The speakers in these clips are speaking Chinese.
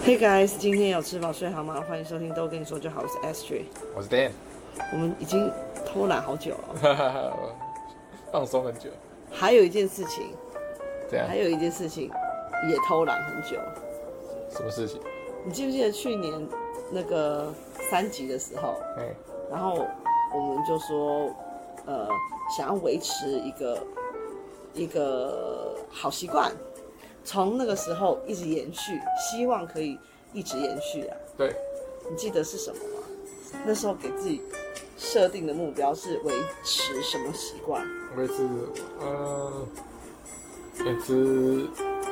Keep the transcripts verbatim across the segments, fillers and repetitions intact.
Hey guys， 今天有吃饱睡好吗？欢迎收听都跟你说就好，我是 Astrid， 我是 Dan。 我们已经偷懒好久了， 放松很久。 还有一件事情， 怎样？ 还有一件事情也偷懒很久。 什么事情？ 你记不记得去年那个三级的时候，然后我们就说，呃，想要维持一个一个好习惯。从那个时候一直延续，希望可以一直延续啊。 对， 你记得是什么吗？那时候给自己设定的目标是维持什么习惯？ 维持，呃，维持，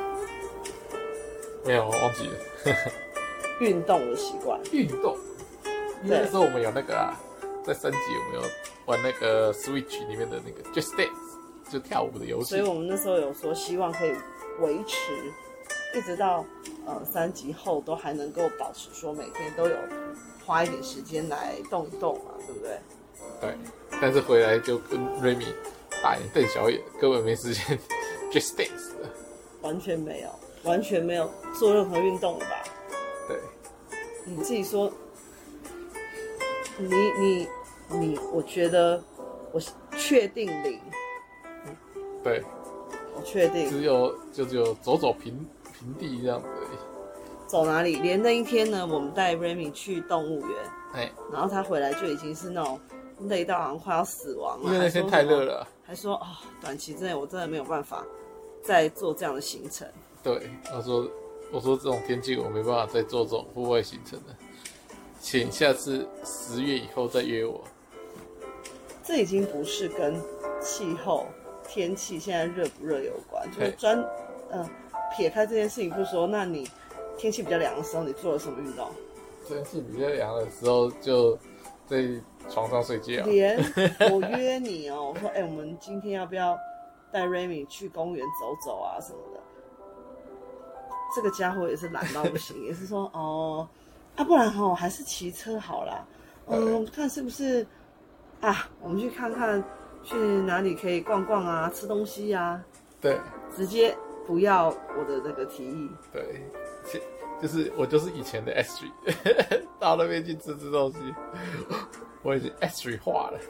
没有，我忘记了。 运动的习惯。 运动。那时候我们有那个啊，在三级我们有玩那个 Switch 里面的那个 Just Dance， 就跳舞的游戏。 所以我们那时候有说，希望可以维持，一直到呃三级后都还能够保持说每天都有花一点时间来动一动嘛，对不对？ 对，但是回来就跟 Remy 大眼瞪小眼，根本没时间 Just Dance 了， 完全没有，完全没有做任何运动了吧？ 对， 你自己说，你你你，我觉得我确定零， 对。 我确定只有就只有走走平平地这样子而已。 走哪里？连那一天呢，我们带 Remy 去动物园， 哎， 然后他回来就已经是那种累到好像快要死亡了， 因为那天太热了、啊， 还说哦，短期之内我真的没有办法再做这样的行程。 对，我说我说这种天气我没办法再做这种户外行程了，请下次十月以后再约我。 这已经不是跟气候。天气现在热不热有关，就是专呃撇开这件事情不说，那你天气比较凉的时候，你做了什么运动？ 天气比较凉的时候，就在床上睡觉。 连我约你哦，我说哎、欸，我们今天要不要带 Remy 去公园走走啊什么的？这个家伙也是懒到不行，也是说哦，啊不然哦还是骑车好啦，嗯，看是不是啊，我们去看看。去哪里可以逛逛啊，吃东西啊？ 对， 直接不要我的那个提议。 对，就是我就是以前的 Astrid， 到那边去吃吃东西，我已经 Astrid 化了。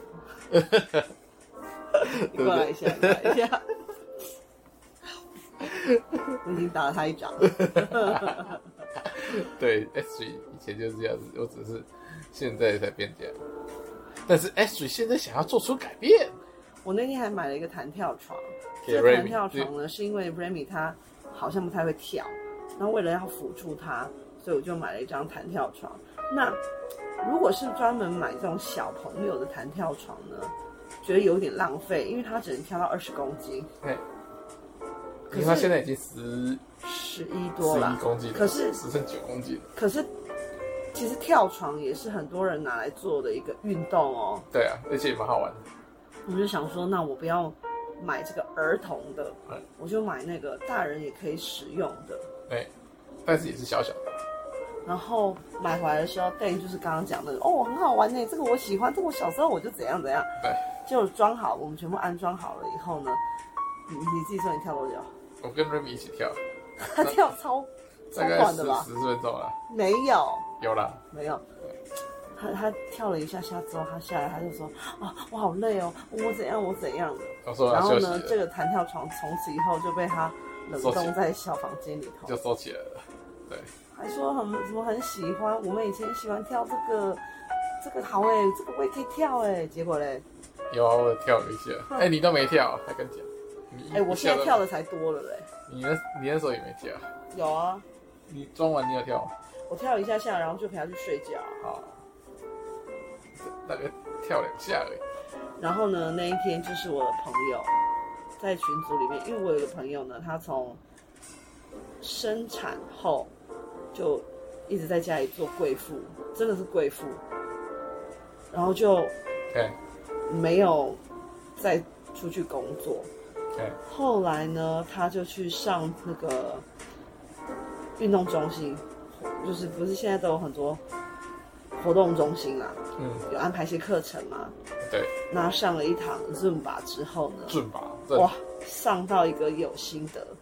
你过来一下，你过来一下。我已经打了他一掌。 对 ，Astrid 以前就是这样子，我只是现在才变这样。但是 Astrid 现在想要做出改变。 我那天还买了一个弹跳床，这个弹跳床呢，是因为 Remy 他好像不太会跳，然后为了要辅助他，所以我就买了一张弹跳床。那如果是专门买这种小朋友的弹跳床呢，觉得有点浪费，因为它只能跳到二十公斤。 对，可是他现在已经十十一多了， 十一公斤， 可是只剩九公斤。 可是其实跳床也是很多人拿来做的一个运动哦。 对啊，而且也蛮好玩的。 我就想说，那我不要买这个儿童的，嗯、我就买那个大人也可以使用的。 对，但是也是小小的。 然后买回来的时候，对，就是刚刚讲的，哦，很好玩呢，这个我喜欢，这个我小时候我就怎样怎样。 对， 就装好，我们全部安装好了以后呢，你你自己说你跳多久？ 我跟 Remy 一起跳。 他跳超超短的吧？ 十十分钟了。 没有。 有啦。 没有。他他跳了一下下之后，他下来他就说啊，我好累哦，我怎样我怎样的。 我说然后呢，这个弹跳床从此以后就被他冷冻在小房间里头， 就收起来了。对， 还说很什么很喜欢，我们以前喜欢跳这个，这个好哎，这个我也可以跳哎。结果嘞， 有啊，我跳了一下。哎、欸，你都没跳，还跟讲。 哎、欸，我现在跳的才多了嘞。 你那你那时候也没跳？ 有啊。 你装完你有跳吗？ 我跳了一下下，然后就陪他去睡觉。 好。大概跳两下而已。 然后呢，那一天就是我的朋友在群组里面，因为我有个朋友呢，他从生产后就一直在家里做贵妇，真的是贵妇，然后就没有再出去工作。后来呢，他就去上那个运动中心，就是不是现在都有很多活动中心啦，嗯，有安排一些课程嘛。 对。 那上了一堂 Zumba 之后呢 ，Zumba， 哇，上到一个有心得，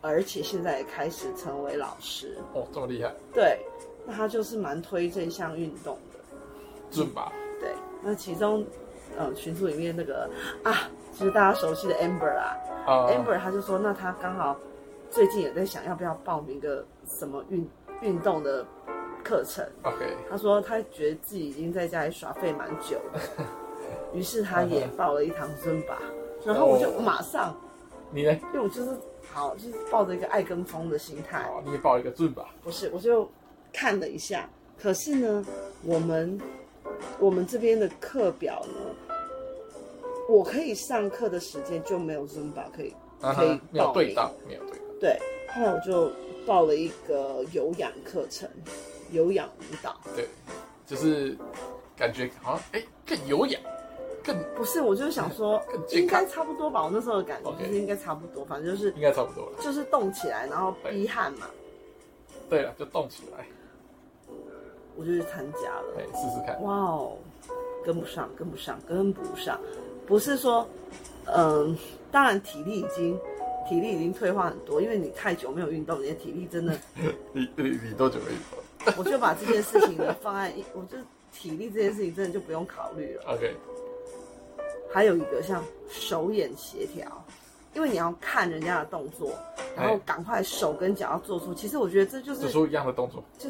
而且现在也开始成为老师。 哦，这么厉害。 对，那他就是蛮推这项运动的。 尊吧。 对，那其中呃群组里面那个啊，就是大家熟悉的 Amber 啊、uh, ，Amber 他就说，那他刚好最近也在想要不要报名个什么运运动的课程。 OK， 他说他觉得自己已经在家里耍废蛮久了，于是他也报了一堂尊吧，然后我就马上，哦、 你呢？ 因为我就是好，就是抱着一个爱跟风的心态。 哦，你也报一个尊吧？ 不是，我就看了一下，可是呢，我们我们这边的课表呢，我可以上课的时间就没有尊吧可以、uh-huh, 可以没有对到，没有对到。 对，后来我就报了一个有氧课程。有氧舞蹈， 对，就是感觉好像哎更有氧，更不是，我就是想说应该差不多吧。我那时候的感觉 okay, 就是应该差不多，反正就是应该差不多了， 就是动起来，然后逼汗嘛。 对了，就动起来。 我就去参加了， 哎，试试看。 哇哦，跟不上，跟不上，跟不上。不是说，嗯，当然体力已经。体力已经退化很多，因为你太久没有运动，你的体力真的。 你你你多久没运动？ 我就把这件事情呢放在，我就体力这件事情真的就不用考虑了。 OK。 还有一个像手眼协调，因为你要看人家的动作，然后赶快手跟脚要做出。其实我觉得这就是做出一样的动作， 就是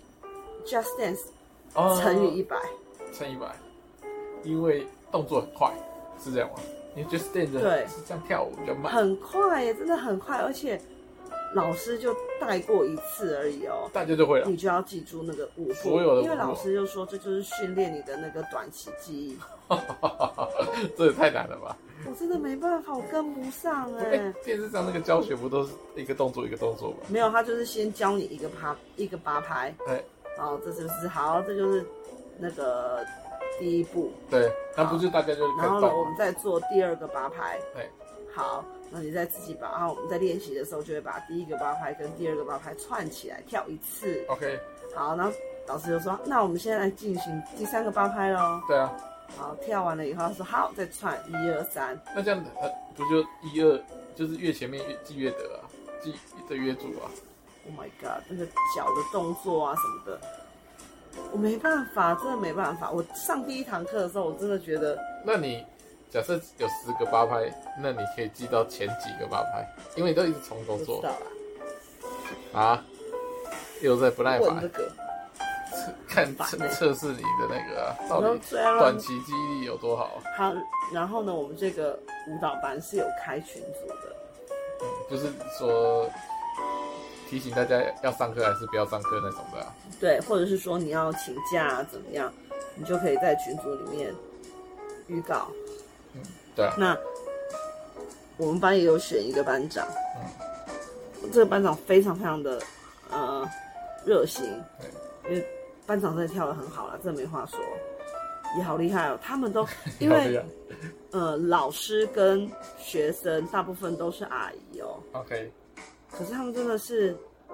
Just Dance 乘以一百， 乘一百，因为动作很快，是这样吗？你 Just Dance 对是这样跳舞比较慢， 很快耶，真的很快，而且老师就带过一次而已哦， 大家就会了， 你就要记住那个舞步， 所有的舞步， 因为老师就说这就是训练你的那个短期记忆。 这也太难了吧！ 我真的没办法，我跟不上哎、 欸。电视上那个教学不都是一个动作一个动作吗？ 没有，他就是先教你一个八一个八拍， 对， 然后这就是好，这就是那个。第一步， 对，那不就大家就开始动， 然后呢，我们再做第二个八拍， 对， 好，那你再自己把，然后我们在练习的时候就会把第一个八拍跟第二个八拍串起来跳一次 ，OK， 好，然后老师就说，那我们现在来进行第三个八拍咯。 对啊， 好，跳完了以后他说好，再串一二三， 那这样呃不就一二就是越前面越记越得啊，记的越住啊 ，Oh my god， 那个脚的动作啊什么的。我没办法，真的没办法。我上第一堂课的时候，我真的觉得， 那你假设有十个八拍，那你可以记到前几个八拍，因为你都一直从头做。 知道啦。啊？又在不耐烦。 这个看测测试你的那个、啊、到底短期记忆力有多好。 好，然后呢，我们这个舞蹈班是有开群组的， 嗯，就是说。提醒大家要上课还是不要上课那种的、啊， 对，或者是说你要请假、啊、怎么样，你就可以在群组里面预告。 嗯，对啊。 那我们班也有选一个班长，嗯，这个班长非常非常的呃热心，因为班长真的跳得很好啦，这没话说，也好厉害哦。他们都因为呃老师跟学生大部分都是阿姨哦。 OK。 可是他们真的是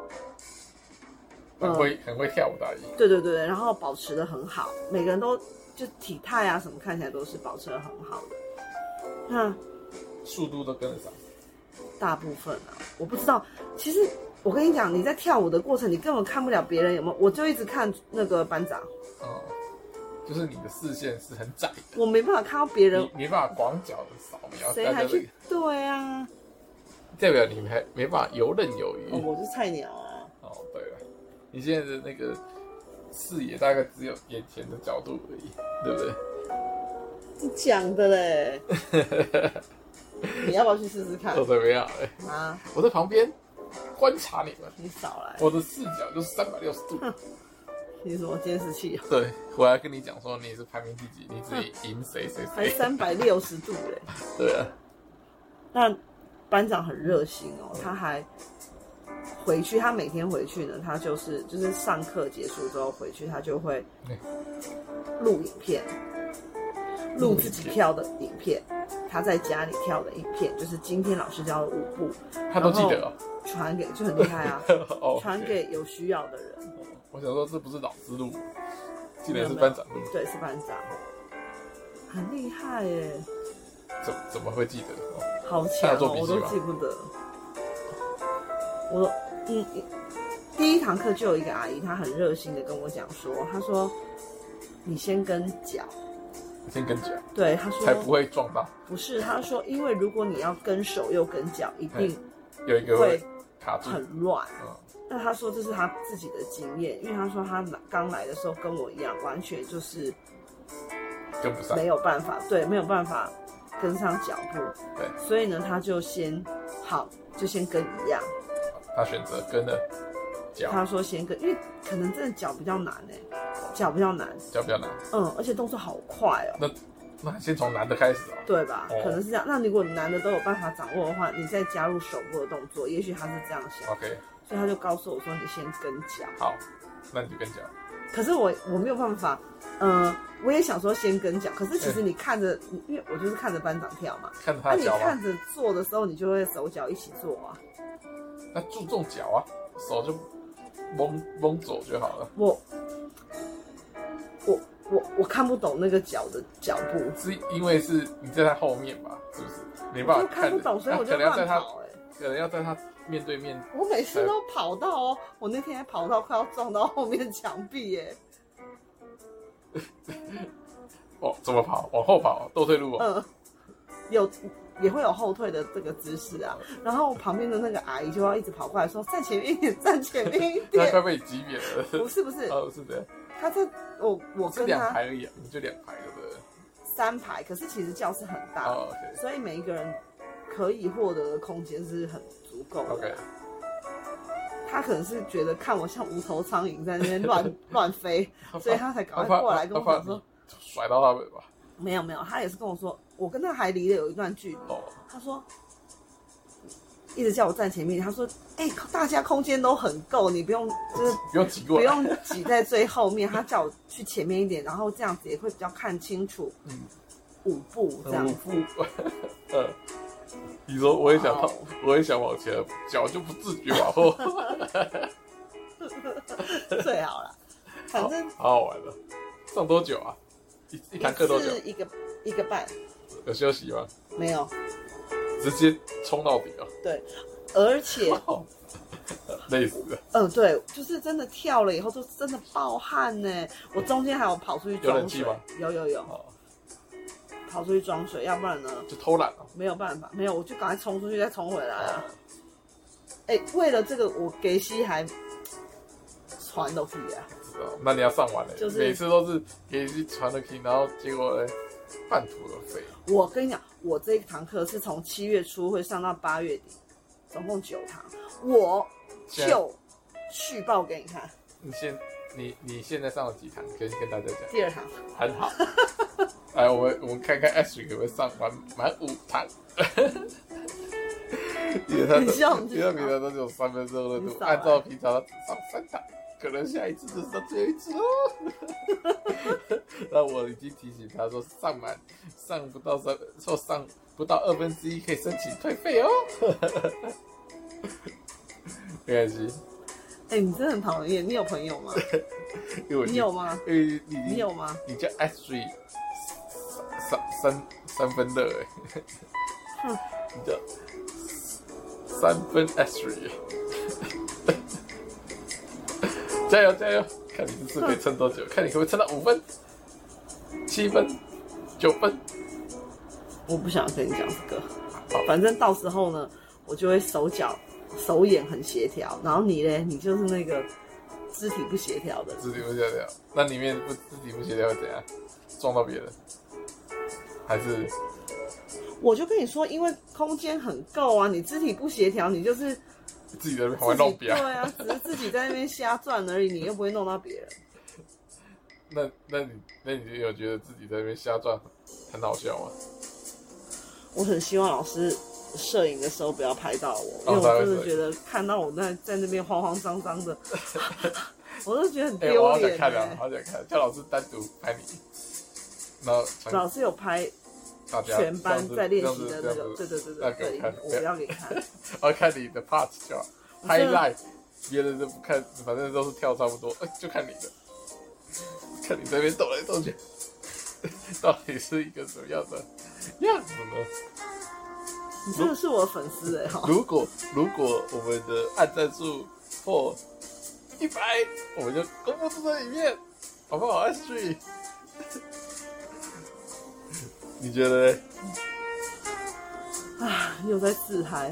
很会、呃、很会跳舞的阿姨， 对对对，然后保持得很好，每个人都就体态啊什么看起来都是保持得很好的。那速度都跟得上， 大部分啊，我不知道。其实我跟你讲，你在跳舞的过程，你根本看不了别人有没有，我就一直看那个班长。 哦、嗯，就是你的视线是很窄的， 我没办法看到别人， 你没办法广角的扫描， 谁还去？对啊。 代表你还没办法游刃有余。 哦，我是菜鸟啊。 哦，对了，你现在的那个视野大概只有眼前的角度而已，对不对？ 你讲的嘞。你要不要去试试看？ 我怎么样？哎啊！我在旁边观察你们。 你少来。 我的视角就是三百六十度。 你是什么监视器？ 对，我还跟你讲说你是排名第几，你自己赢谁谁谁。 还三百六十度嘞。 对啊。 那。班长很热心哦，他还回去，他每天回去呢，他就是就是上课结束之后回去，他就会录影片，录自己跳的影片，他在家里跳的影片，就是今天老师教的舞步， 他都记得哦， 传给就很厉害啊，传给有需要的人。 我想说这不是老师录，竟然是班长录， 对，是班长，很厉害耶， 怎怎么会记得？ 好强哦，我都记不得。 我嗯，第一堂课就有一个阿姨，她很热心的跟我讲说，她说你先跟脚， 先跟脚， 对，她说才不会撞到。 不是，她说因为如果你要跟手又跟脚，一定有一个会卡住， 很乱。 嗯， 那她说这是她自己的经验，因为她说她刚来的时候跟我一样，完全就是跟不上， 没有办法，对，没有办法跟上脚步， 对， 所以呢，她就先好，就先跟一样。 他选择跟了脚， 他说先跟，因为可能真的脚比较难哎，脚比较难， 脚比较难， 嗯，而且动作好快哦。 那那先从难的开始哦， 对吧？ 哦、 可能是这样。那如果男的都有办法掌握的话，你再加入手部的动作，也许他是这样想。 OK， 所以他就告诉我说，你先跟脚。 好，那你就跟脚。 可是我我没有办法，嗯、呃，我也想说先跟脚，可是其实你看着，欸、因为我就是看着班长跳嘛， 看着他的脚嘛。 那、啊、你看着做的时候，你就会手脚一起做啊。 那注重脚啊，手就蒙蒙走就好了。 我我我我看不懂那个脚的脚步， 是因为是你在他后面吧？是不是？没办法看， 看不懂，所以我就乱跑、欸。 可能要在他面对面。 我每次都跑到哦，我那天还跑到快要撞到后面墙壁耶。 哦，怎么跑？往后跑，倒退路哦。 嗯，有。也会有后退的这个姿势啊，然后旁边的那个阿姨就要一直跑过来说站前面一点，站前面一点。 他快被挤扁了。 不是不是， 哦是的。 他在我我跟他两排而已，你就两排对不对？ 三排，可是其实教室很大， 哦 okay， 所以每一个人可以获得的空间是很足够的。 OK， 他可能是觉得看我像无头苍蝇在那边乱乱飞，所以他才赶快过来跟我讲说甩到他们吧。 没有没有，他也是跟我说，我跟他还离了有一段距离。 哦， 他说，一直叫我站前面。他说，哎、欸，大家空间都很够，你不用就是不用挤过来， 不用挤在最后面。他叫我去前面一点，然后这样子也会比较看清楚。嗯，舞步这样子。 舞步，呃，你说我也想跑，我也想往前，脚就不自觉往后。 最好了，反正好好玩了。上多久啊？一一堂课多久？ 一个一个半。 有休息吗？ 没有， 直接冲到底哦。 对，而且累死了。 嗯，对，就是真的跳了以后，就真的爆汗呢。我中间还有跑出去装水。 有冷气吗？ 有有有。哦，跑出去装水，要不然呢？ 就偷懒了。 没有办法，没有，我就赶快冲出去，再冲回来啊。哎、欸，为了这个，我给西还传都可以啊。 那你要上完嘞， 就是每次都是给西传的 key， 然后结果嘞半途而废。 我跟你讲，我这一堂课是从七月初会上到八月底，总共九堂，我就续报给你看。 你现你你现在上了几堂？可以跟大家讲。 第二堂。 很好。来，我们我们看看 Ashley 可不可以上完满五堂。因为他你笑你因为他平常都只有三分钟热度，按照平常他只上三堂，可能下一次就上最后一次喽。那我已经提醒他说，上满上不到三，说上不到二分之一可以申请退费哦。没关系。 哎、欸，你真的很讨厌。你有朋友吗？你有吗？ 因为你你有吗？ 你叫 Ashley 三三三分热哎。嗯，你叫三分 Ashley。加油加油！看你这次可以撑多久？看你可不可以撑到五分、七分、九分。 我不想跟你讲这个，反正到时候呢，我就会手脚、手眼很协调，然后你呢，你就是那个肢体不协调的。 肢体不协调，那里面不肢体不协调会怎样？撞到别人？还是？ 我就跟你说，因为空间很够啊，你肢体不协调，你就是。 自己在那边玩弄别人， 对啊，只是自己在那边瞎转而已，你又不会弄到别人。 那那你那你有觉得自己在那边瞎转很好笑吗？ 我很希望老师摄影的时候不要拍到我，因为我真的觉得看到我在在那边慌慌张张的，我都觉得很丢脸、欸。 我好想看啊，好想看，叫老师单独拍你。然后老师有拍。全班在练习的那个，对对对对对，我不要给你看。 我要看你的 part 就好 ，highlight， 别人都不看，反正都是跳差不多，就看你的，看你这边动来动去，到底是一个什么样的样子呢？ 你真的是我的粉丝哎、欸！ 如果如果我们的按赞数破一百，我们就公布这个影片，好不好 ？S G， 你觉得呢？ 啊，又在自嗨。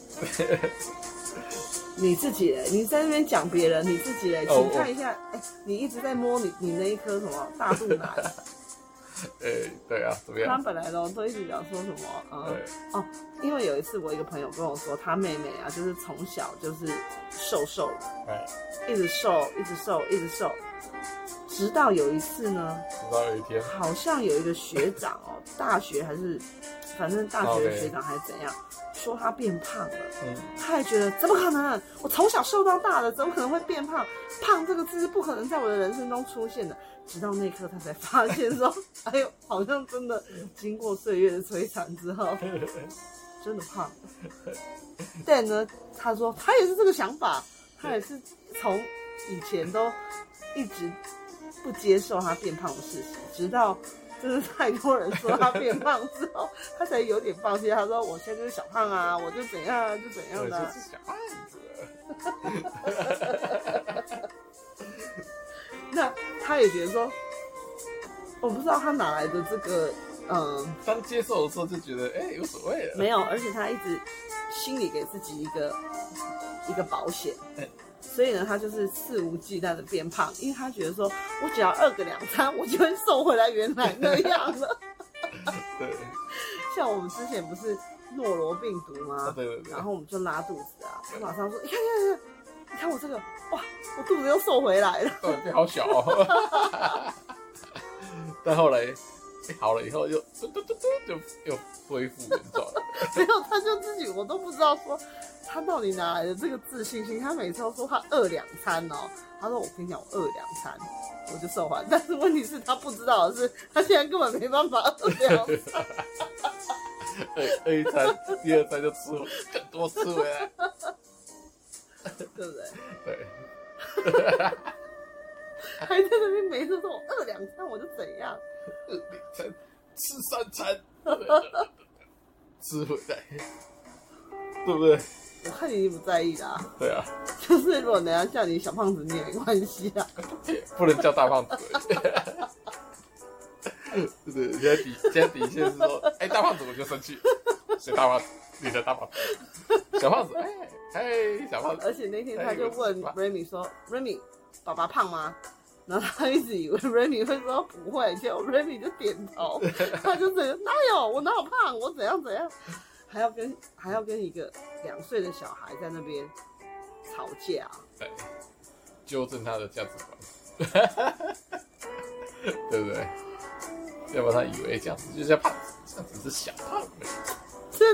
你自己嘞，你在那边讲别人，你自己嘞，请看一下，哎、欸，你一直在摸你你那一颗什么大肚腩？ 哎、欸，对啊，怎么样？ 他本来都都一直讲说什么，嗯，哦，因为有一次我一个朋友跟我说，他妹妹啊，就是从小就是瘦瘦的，一直瘦，一直瘦，一直瘦，直到有一次呢， 直到有一天， 好像有一个学长哦，大学还是反正大学的学长还是怎样。说他变胖了，嗯，他还觉得怎么可能？我从小瘦到大的，怎么可能会变胖？胖这个字是不可能在我的人生中出现的。直到那一刻，他才发现说，哎呦，好像真的经过岁月的摧残之后，真的胖了。但呢，他说他也是这个想法，他也是从以前都一直不接受他变胖的事实，直到。就是太多人说他变胖之后，他才有点放弃。他说：“我现在就是小胖啊，我就怎样啊，就怎样的、啊。” 就是小胖子。 那他也觉得说，我不知道他哪来的这个，嗯， 当接受的时候就觉得，哎、欸，无所谓了。 没有，而且他一直心里给自己一个一个保险。欸所以呢，他就是肆无忌惮的变胖，因为他觉得说，我只要饿个两餐，我就会瘦回来原来那样了。 对， 像我们之前不是诺罗病毒吗？ 啊、对对对。 然后我们就拉肚子啊，他马上说，你看看看，你看我这个，哇，我肚子又瘦回来了。 对，变好小哦。但后来、欸、好了以后又嘟嘟嘟嘟就又恢复原状了。 没有，他就自己我都不知道说。他到底哪来的这个自信心？他每次都说他饿两餐哦。他说：“我跟你讲，我饿两餐，我就瘦回来。”但是问题是，他不知道的是，他现在根本没办法饿两餐。 饿饿一餐，第二餐就吃更多吃回来， 对不对？ 对。 还在那边每次说我饿两餐，我就怎样？ 饿两餐，吃三餐，吃回来，对不对？ 我看你不在意啦、啊。 对啊， 就是如果人家叫你小胖子，你也没关系啊。 不能叫大胖子。对对，现在底现在底线是说，哎、欸，大胖子我就生气，谁大胖子？你的大胖子，小胖子，哎、欸、哎，小胖子。 而且那天他就问 Remy 说 ：“Remy， 爸爸胖吗？”然后他一直以为 Remy 会说不会，结果 Remy 就点头，他就整个哪有我哪有胖，我怎样怎样。还要跟还要跟一个两岁的小孩在那边吵架， 对，纠正他的价值观，对不对？要不然他以为这样子就叫胖子，这样子是小胖子。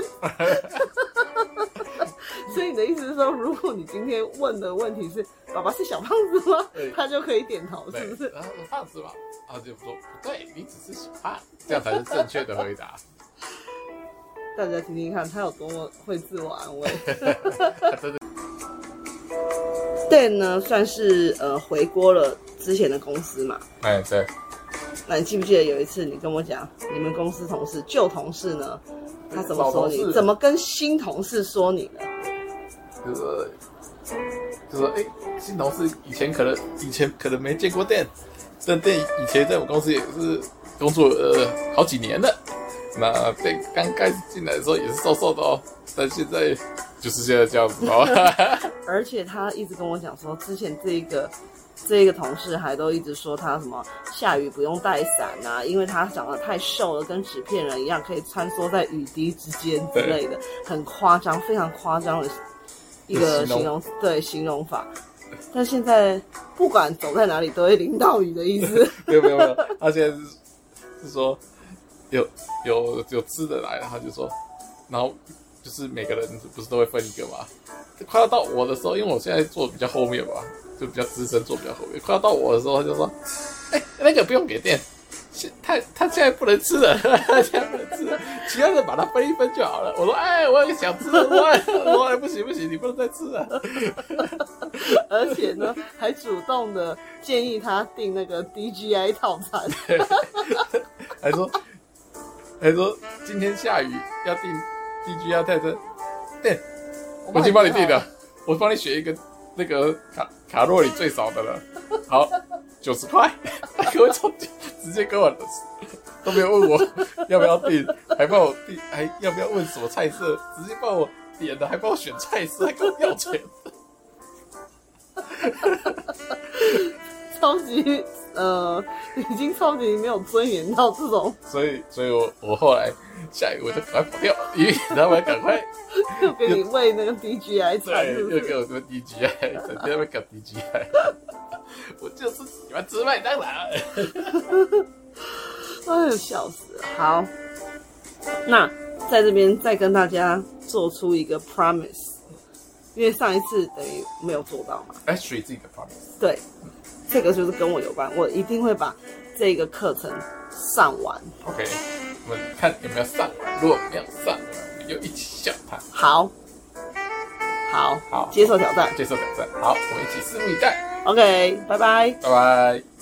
所以你的意思是说，如果你今天问的问题是“爸爸是小胖子吗”，他就可以点头，是不是？ 然后说胖子嘛，然后就说不对，你只是小胖，这样才是正确的回答。 大家听听看，他有多么会自我安慰。Dan 呢，算是呃回锅了之前的公司嘛。 哎，对。 那你记不记得有一次你跟我讲，你们公司同事旧同事呢，他怎么说你？怎么跟新同事说你呢？ 就是就说哎、欸，新同事以前可能以前可能没见过 Dan， 但 Dan 以前在我们公司也是工作呃好几年了。那Dan刚开始进来的时候也是瘦瘦的哦，但现在就是现在这样子哦。 而且他一直跟我讲说，之前这一个这一个同事还都一直说他什么下雨不用带伞啊，因为他长得太瘦了，跟纸片人一样，可以穿梭在雨滴之间之类的，很夸张，非常夸张的一个形容对形容法。但现在不管走在哪里都会淋到雨的意思。 没有没有没有，他现在是是说。有有有吃的来了，他就说，然后就是每个人不是都会分一个嘛？快要到我的时候，因为我现在坐比较后面嘛，就比较资深，坐比较后面。快要到我的时候，他就说：“哎、欸，那个不用给店，他他现在不能吃了，他现在不能吃了，其他人把它分一分就好了。”我说：“哎，我有想吃的，我说哎不行不行，你不能再吃了。” 而且呢，还主动的建议他订那个 D G I 套餐， 还说。还说今天下雨要订 D G I 太真，对，我先帮你定的，我帮你选一个那个卡卡路里最少的了。好，九十块，给我超直接跟我都没有问我要不要订，还帮我订，还要不要问什么菜色，直接帮我点的，还帮我选菜色，还跟我要钱。 超级呃，已经超级没有尊严到这种， 所以，所以我我后来下一个我就赶快跑掉，因为他们赶快又给你喂那个 D G I 餐， 对，又给我这个 D G I， 整天在那边搞 D G I， 我就是喜欢吃麦当劳。 哎呦，笑死了！好，那在这边再跟大家做出一个 promise， 因为上一次等于没有做到嘛。 哎，属于自己的 promise。 对，这个就是跟我有关，我一定会把这个课程上完。 OK， 我们看有没有上完，如果没有上完，我们就一起笑他。 好，好， 好， 接受挑战， 接受挑战。好，我们一起拭目以待。 OK， 拜拜， 拜拜。